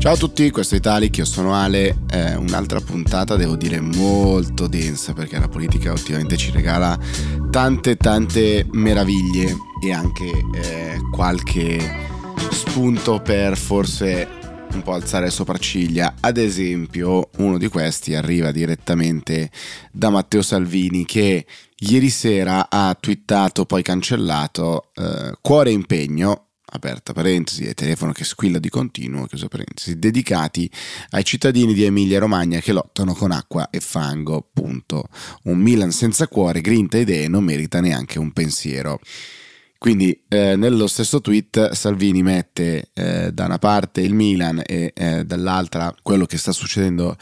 Ciao a tutti, questo è Italic, io sono Ale. Un'altra puntata, devo dire, molto densa, perché la politica ultimamente ci regala tante meraviglie e anche qualche spunto per forse un po' alzare le sopracciglia. Ad esempio, uno di questi arriva direttamente da Matteo Salvini, che ieri sera ha twittato, poi cancellato, cuore e impegno, aperta parentesi, e telefono che squilla di continuo, chiusa parentesi, dedicati ai cittadini di Emilia Romagna che lottano con acqua e fango, punto. Un Milan senza cuore, grinta e idee non merita neanche un pensiero. Quindi nello stesso tweet Salvini mette da una parte il Milan e dall'altra quello che sta succedendo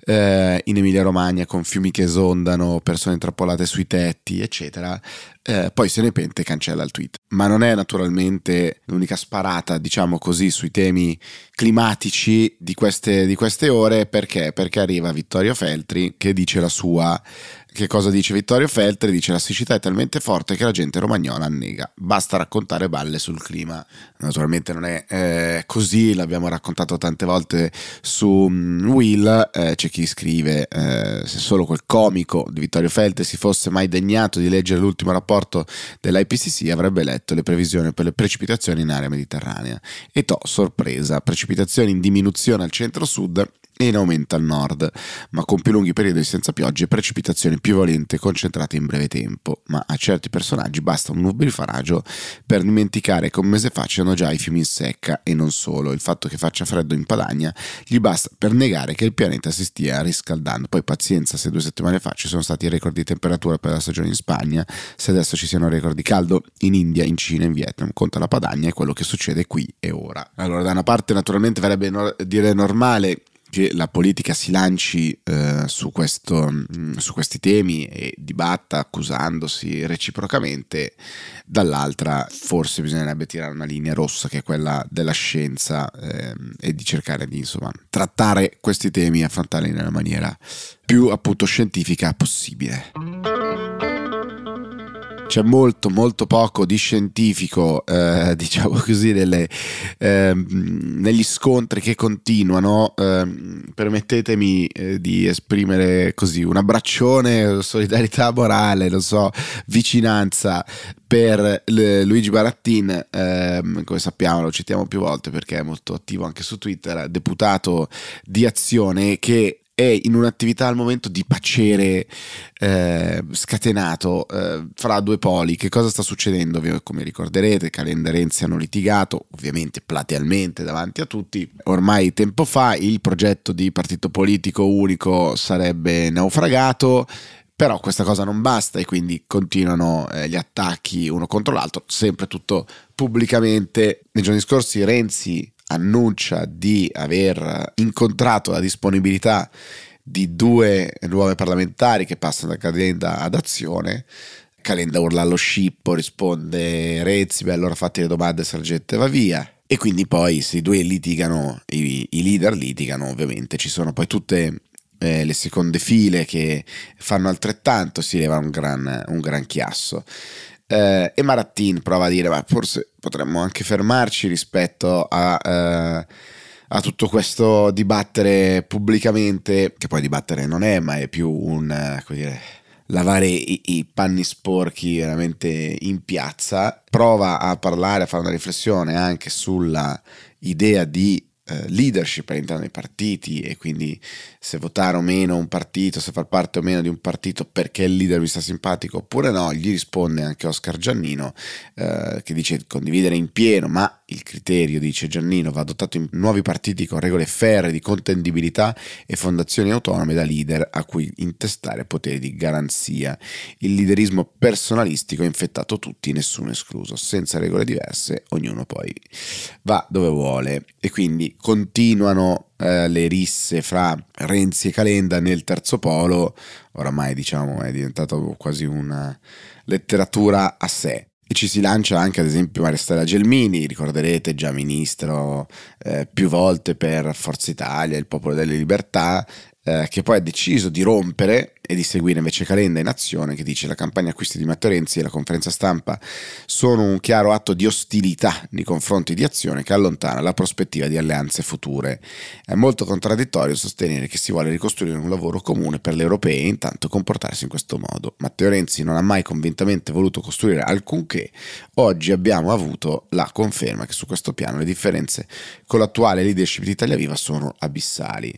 in Emilia Romagna, con fiumi che esondano, persone intrappolate sui tetti, eccetera. Poi se ne pente e cancella il tweet. Ma non è naturalmente l'unica sparata, diciamo così, sui temi climatici di queste ore. Perché arriva Vittorio Feltri che dice la sua. Che cosa dice Vittorio Feltri? Dice: la siccità è talmente forte che la gente romagnola annega, basta raccontare balle sul clima. Naturalmente non è così, l'abbiamo raccontato tante volte su Will. C'è chi scrive: se solo quel comico di Vittorio Feltri si fosse mai degnato di leggere l'ultimo rapporto dell'IPCC avrebbe letto le previsioni per le precipitazioni in area mediterranea. E sorpresa, precipitazioni in diminuzione al centro-sud e in aumento al nord, ma con più lunghi periodi senza piogge e precipitazioni più violente concentrate in breve tempo. Ma a certi personaggi basta un nubifragio per dimenticare che un mese fa c'erano già i fiumi in secca, e non solo, il fatto che faccia freddo in Padania gli basta per negare che il pianeta si stia riscaldando. Poi pazienza, se 2 settimane fa ci sono stati record di temperatura per la stagione in Spagna, se adesso ci siano record di caldo in India, in Cina, in Vietnam, conta la Padania e quello che succede qui e ora. Allora, da una parte naturalmente verrebbe dire normale che la politica si lanci su questi temi e dibatta accusandosi reciprocamente, dall'altra forse bisognerebbe tirare una linea rossa, che è quella della scienza, e di cercare di trattare questi temi e affrontarli nella maniera più appunto scientifica possibile. C'è molto poco di scientifico, diciamo così, negli scontri che continuano. Permettetemi di esprimere così un abbraccione, solidarietà morale, non so, vicinanza per Luigi Barattin, come sappiamo, lo citiamo più volte perché è molto attivo anche su Twitter, deputato di Azione, che è in un'attività al momento di pacere scatenato fra due poli. Che cosa sta succedendo? Come ricorderete, Calenda e Renzi hanno litigato, ovviamente platealmente davanti a tutti. Ormai tempo fa il progetto di partito politico unico sarebbe naufragato, però questa cosa non basta e quindi continuano gli attacchi uno contro l'altro, sempre tutto pubblicamente. Nei giorni scorsi Renzi annuncia di aver incontrato la disponibilità di 2 nuove parlamentari che passano da Calenda ad Azione. Calenda urla allo scippo, risponde Renzi: beh, allora fate le domande, Sargente va via. E quindi poi se i due litigano, i leader litigano, ovviamente ci sono poi tutte le seconde file che fanno altrettanto, si leva un gran chiasso. E Barattin prova a dire: ma forse potremmo anche fermarci rispetto a tutto questo dibattere pubblicamente, che poi dibattere non è, ma è più un lavare i panni sporchi veramente in piazza. Prova a parlare, a fare una riflessione anche sulla idea di leadership all'interno dei partiti, e quindi se votare o meno un partito, se far parte o meno di un partito perché il leader vi sta simpatico oppure no. Gli risponde anche Oscar Giannino, che dice condividere in pieno, ma il criterio, dice Giannino, va adottato in nuovi partiti con regole ferree di contendibilità e fondazioni autonome da leader a cui intestare poteri di garanzia. Il leaderismo personalistico ha infettato tutti, nessuno escluso, senza regole diverse ognuno poi va dove vuole. E quindi continuano le risse fra Renzi e Calenda nel terzo polo. Oramai diciamo è diventato quasi una letteratura a sé. E ci si lancia anche ad esempio Maria Stella Gelmini, ricorderete, già ministro più volte per Forza Italia, il Popolo delle Libertà, che poi ha deciso di rompere e di seguire invece Calenda in azione, che dice: la campagna acquisti di Matteo Renzi e la conferenza stampa sono un chiaro atto di ostilità nei confronti di Azione che allontana la prospettiva di alleanze future. È molto contraddittorio sostenere che si vuole ricostruire un lavoro comune per le europee e intanto comportarsi in questo modo. Matteo Renzi non ha mai convintamente voluto costruire alcunché. Oggi abbiamo avuto la conferma che su questo piano le differenze con l'attuale leadership di Italia Viva sono abissali.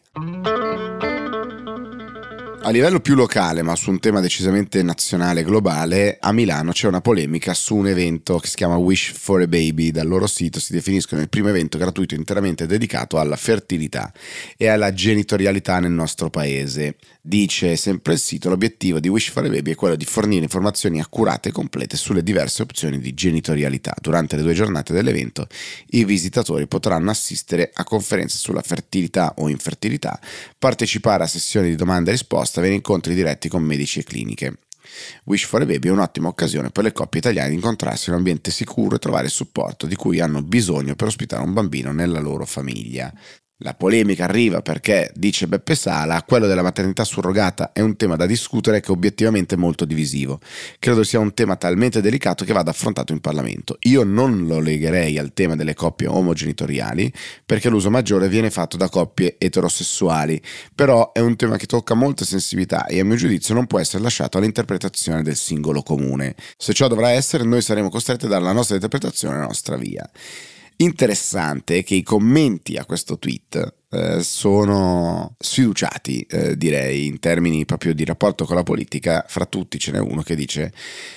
A livello più locale, ma su un tema decisamente nazionale e globale, a Milano c'è una polemica su un evento che si chiama Wish for a Baby. Dal loro sito si definiscono il primo evento gratuito interamente dedicato alla fertilità e alla genitorialità nel nostro paese. Dice sempre il sito: l'obiettivo di Wish for a Baby è quello di fornire informazioni accurate e complete sulle diverse opzioni di genitorialità. Durante le 2 giornate dell'evento i visitatori potranno assistere a conferenze sulla fertilità o infertilità, partecipare a sessioni di domande e risposte, avere incontri diretti con medici e cliniche. Wish for a Baby è un'ottima occasione per le coppie italiane di incontrarsi in un ambiente sicuro e trovare il supporto di cui hanno bisogno per ospitare un bambino nella loro famiglia. La polemica arriva perché, dice Beppe Sala, quello della maternità surrogata è un tema da discutere che è obiettivamente molto divisivo. Credo sia un tema talmente delicato che vada affrontato in Parlamento. Io non lo legherei al tema delle coppie omogenitoriali, perché l'uso maggiore viene fatto da coppie eterosessuali, però è un tema che tocca molte sensibilità e a mio giudizio non può essere lasciato all'interpretazione del singolo comune. Se ciò dovrà essere, noi saremo costretti a dare la nostra interpretazione e la nostra via. Interessante che i commenti a questo tweet sono sfiduciati, direi, in termini proprio di rapporto con la politica. Fra tutti ce n'è uno che dice,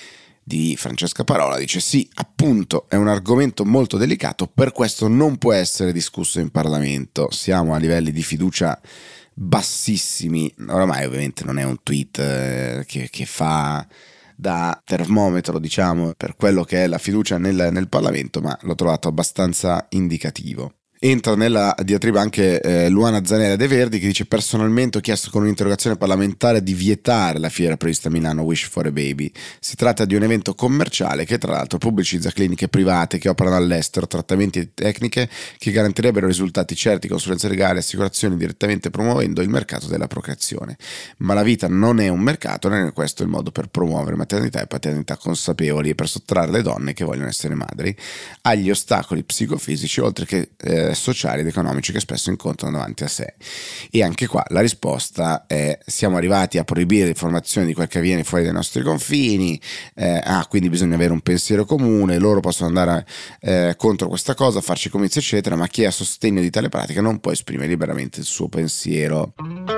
di Francesca Parola, dice: sì, appunto, è un argomento molto delicato, per questo non può essere discusso in Parlamento. Siamo a livelli di fiducia bassissimi. Oramai ovviamente non è un tweet che fa da termometro, diciamo, per quello che è la fiducia nel Parlamento, ma l'ho trovato abbastanza indicativo. Entra nella diatriba anche Luana Zanella De Verdi, che dice: personalmente ho chiesto con un'interrogazione parlamentare di vietare la fiera prevista a Milano Wish for a Baby. Si tratta di un evento commerciale che tra l'altro pubblicizza cliniche private che operano all'estero, trattamenti e tecniche che garantirebbero risultati certi, consulenze legali, assicurazioni, direttamente promuovendo il mercato della procreazione. Ma la vita non è un mercato, non è questo il modo per promuovere maternità e paternità consapevoli e per sottrarre le donne che vogliono essere madri agli ostacoli psicofisici oltre che sociali ed economici che spesso incontrano davanti a sé. E anche qua la risposta è: siamo arrivati a proibire l'informazione di quel che avviene fuori dai nostri confini, quindi bisogna avere un pensiero comune, loro possono andare contro questa cosa, farci comizi eccetera, ma chi è a sostegno di tale pratica non può esprimere liberamente il suo pensiero.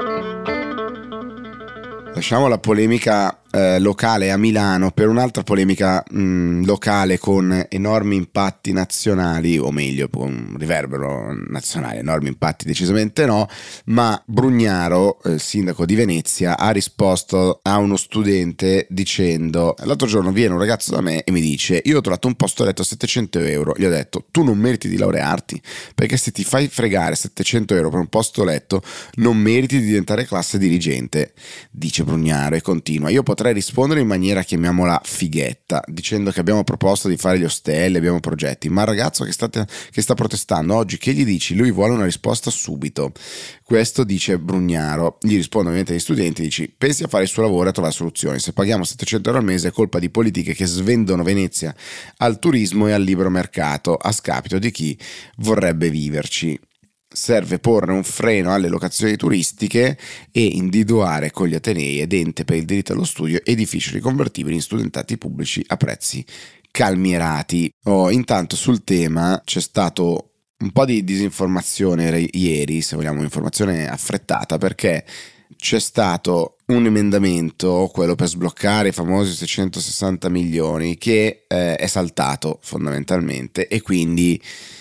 Lasciamo la polemica locale a Milano per un'altra polemica locale con enormi impatti nazionali, o meglio con un riverbero nazionale. Enormi impatti decisamente no, ma Brugnaro, sindaco di Venezia, ha risposto a uno studente dicendo: l'altro giorno viene un ragazzo da me e mi dice: io ho trovato un posto letto a 700 euro. Gli ho detto: tu non meriti di laurearti, perché se ti fai fregare 700 euro per un posto letto non meriti di diventare classe dirigente, dice Brugnaro, e continua: io potrei rispondere in maniera, chiamiamola, fighetta, dicendo che abbiamo proposto di fare gli ostelli, abbiamo progetti, ma il ragazzo che sta protestando oggi, che gli dici? Lui vuole una risposta subito. Questo dice Brugnaro. Gli risponde ovviamente agli studenti, dici: pensi a fare il suo lavoro e a trovare soluzioni. Se paghiamo 700 euro al mese è colpa di politiche che svendono Venezia al turismo e al libero mercato a scapito di chi vorrebbe viverci. Serve porre un freno alle locazioni turistiche e individuare con gli atenei ed ente per il diritto allo studio edifici riconvertibili in studentati pubblici a prezzi calmierati. Intanto sul tema c'è stato un po' di disinformazione ieri, se vogliamo informazione affrettata, perché c'è stato un emendamento, quello per sbloccare i famosi 660 milioni, che è saltato fondamentalmente, e quindi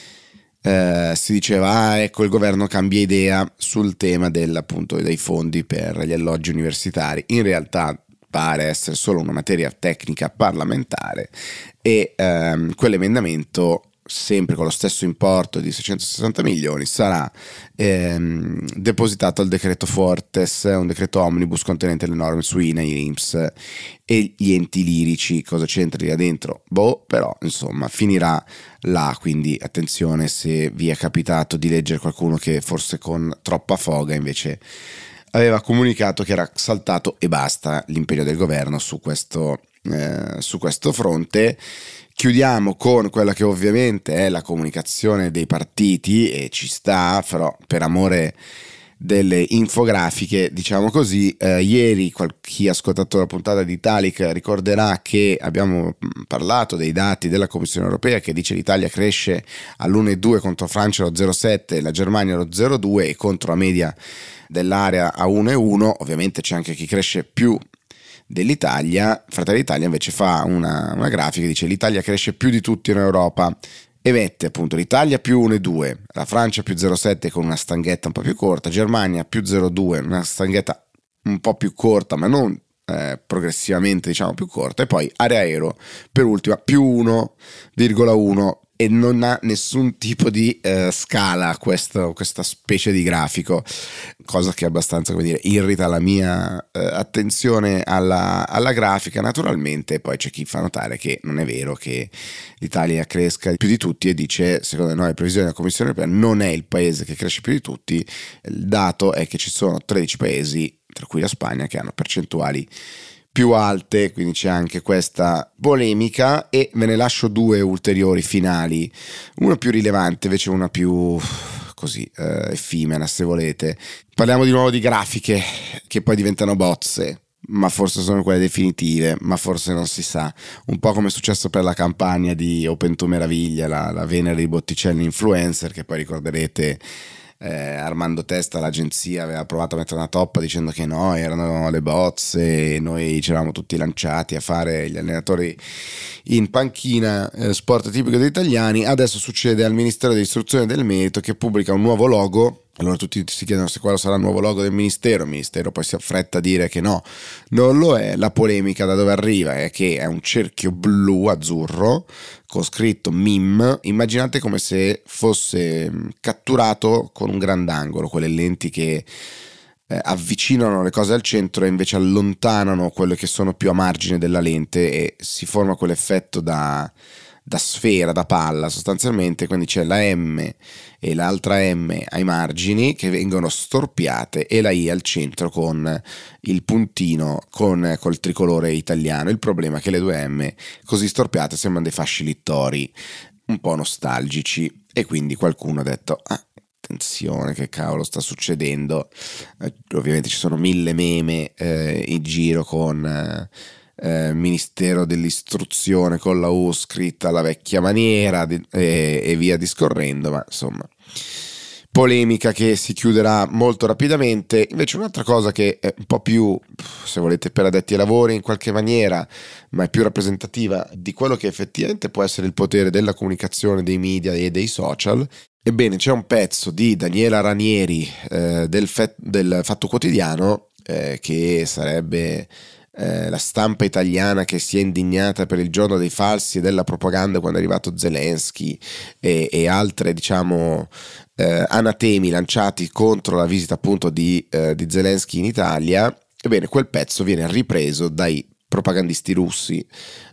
si diceva: ecco, il governo cambia idea sul tema appunto dei fondi per gli alloggi universitari. In realtà pare essere solo una materia tecnica parlamentare e quell'emendamento, sempre con lo stesso importo di 660 milioni, sarà depositato al decreto Fortes, un decreto omnibus contenente le norme su INAIL, INPS e gli enti lirici. Cosa c'entra lì dentro? Però insomma finirà là, quindi attenzione se vi è capitato di leggere qualcuno che forse con troppa foga invece aveva comunicato che era saltato e basta l'impegno del governo su questo fronte. Chiudiamo con quella che ovviamente è la comunicazione dei partiti, e ci sta, però per amore delle infografiche, diciamo così. Ieri chi ha ascoltato la puntata di Italic ricorderà che abbiamo parlato dei dati della Commissione Europea, che dice l'Italia cresce all'1,2 contro Francia allo 0,7, la Germania allo 0,2 e contro la media dell'area a 1,1. Ovviamente c'è anche chi cresce più dell'Italia. Fratelli d'Italia invece fa una grafica, dice l'Italia cresce più di tutti in Europa, e mette appunto l'Italia più 1,2, la Francia più 0,7 con una stanghetta un po' più corta, Germania più 0,2, una stanghetta un po' più corta ma non progressivamente diciamo più corta, e poi area euro per ultima più 1,1, e non ha nessun tipo di scala questa specie di grafico, cosa che abbastanza, come dire, irrita la mia attenzione alla grafica naturalmente. Poi c'è chi fa notare che non è vero che l'Italia cresca più di tutti, e dice secondo noi le previsioni della Commissione Europea non è il paese che cresce più di tutti, il dato è che ci sono 13 paesi, tra cui la Spagna, che hanno percentuali più alte, quindi c'è anche questa polemica. E ve ne lascio due ulteriori finali, una più rilevante, invece una più così effimera se volete. Parliamo di nuovo di grafiche che poi diventano bozze, ma forse sono quelle definitive, ma forse non si sa, un po' come è successo per la campagna di Open to Meraviglia, la Venere di Botticelli influencer, che poi ricorderete Armando Testa, l'agenzia, aveva provato a mettere una toppa dicendo che no, erano le bozze, e noi ci eravamo tutti lanciati a fare gli allenatori in panchina, sport tipico degli italiani. Adesso succede al Ministero dell'Istruzione e del Merito, che pubblica un nuovo logo. Allora tutti si chiedono se quello sarà il nuovo logo del Ministero. Il Ministero poi si affretta a dire che no, non lo è. La polemica da dove arriva è che è un cerchio blu azzurro con scritto MIM. Immaginate come se fosse catturato con un grandangolo, quelle lenti che avvicinano le cose al centro e invece allontanano quelle che sono più a margine della lente, e si forma quell'effetto da sfera, da palla sostanzialmente. Quindi c'è la M e l'altra M ai margini che vengono storpiate, e la I al centro con il puntino col tricolore italiano. Il problema è che le due M così storpiate sembrano dei fasci littori un po' nostalgici, e quindi qualcuno ha detto attenzione, che cavolo sta succedendo. Ovviamente ci sono 1000 meme in giro con Ministero dell'Istruzione con la U scritta alla vecchia maniera, e via discorrendo, ma insomma polemica che si chiuderà molto rapidamente. Invece un'altra cosa che è un po' più, se volete, per addetti ai lavori in qualche maniera, ma è più rappresentativa di quello che effettivamente può essere il potere della comunicazione, dei media e dei social. Ebbene, c'è un pezzo di Daniela Ranieri del Fatto Quotidiano, che sarebbe la stampa italiana che si è indignata per il giorno dei falsi e della propaganda quando è arrivato Zelensky, e altre diciamo anatemi lanciati contro la visita appunto di Zelensky in Italia. Ebbene, quel pezzo viene ripreso dai propagandisti russi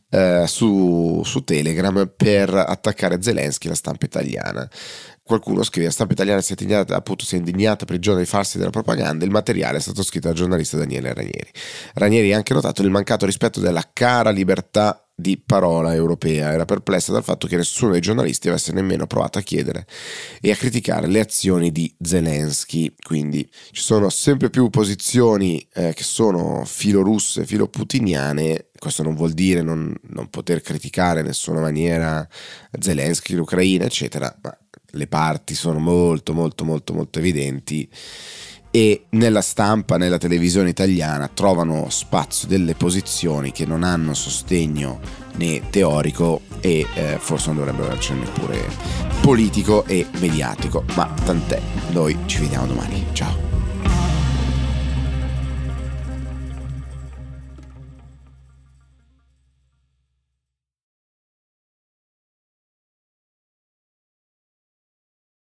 su Telegram per attaccare Zelensky e la stampa italiana. Qualcuno scrive: la stampa italiana si è indignata per il giorno dei falsi della propaganda. Il materiale è stato scritto dal giornalista Daniele Ranieri. Ranieri ha anche notato il mancato rispetto della cara libertà di parola europea. Era perplessa dal fatto che nessuno dei giornalisti avesse nemmeno provato a chiedere e a criticare le azioni di Zelensky. Quindi ci sono sempre più posizioni che sono filorusse, filoputiniane. Questo non vuol dire non poter criticare in nessuna maniera Zelensky, l'Ucraina, eccetera, ma le parti sono molto molto molto molto evidenti, e nella stampa, nella televisione italiana trovano spazio delle posizioni che non hanno sostegno né teorico e forse non dovrebbero avercene neppure politico e mediatico, ma tant'è. Noi ci vediamo domani, ciao.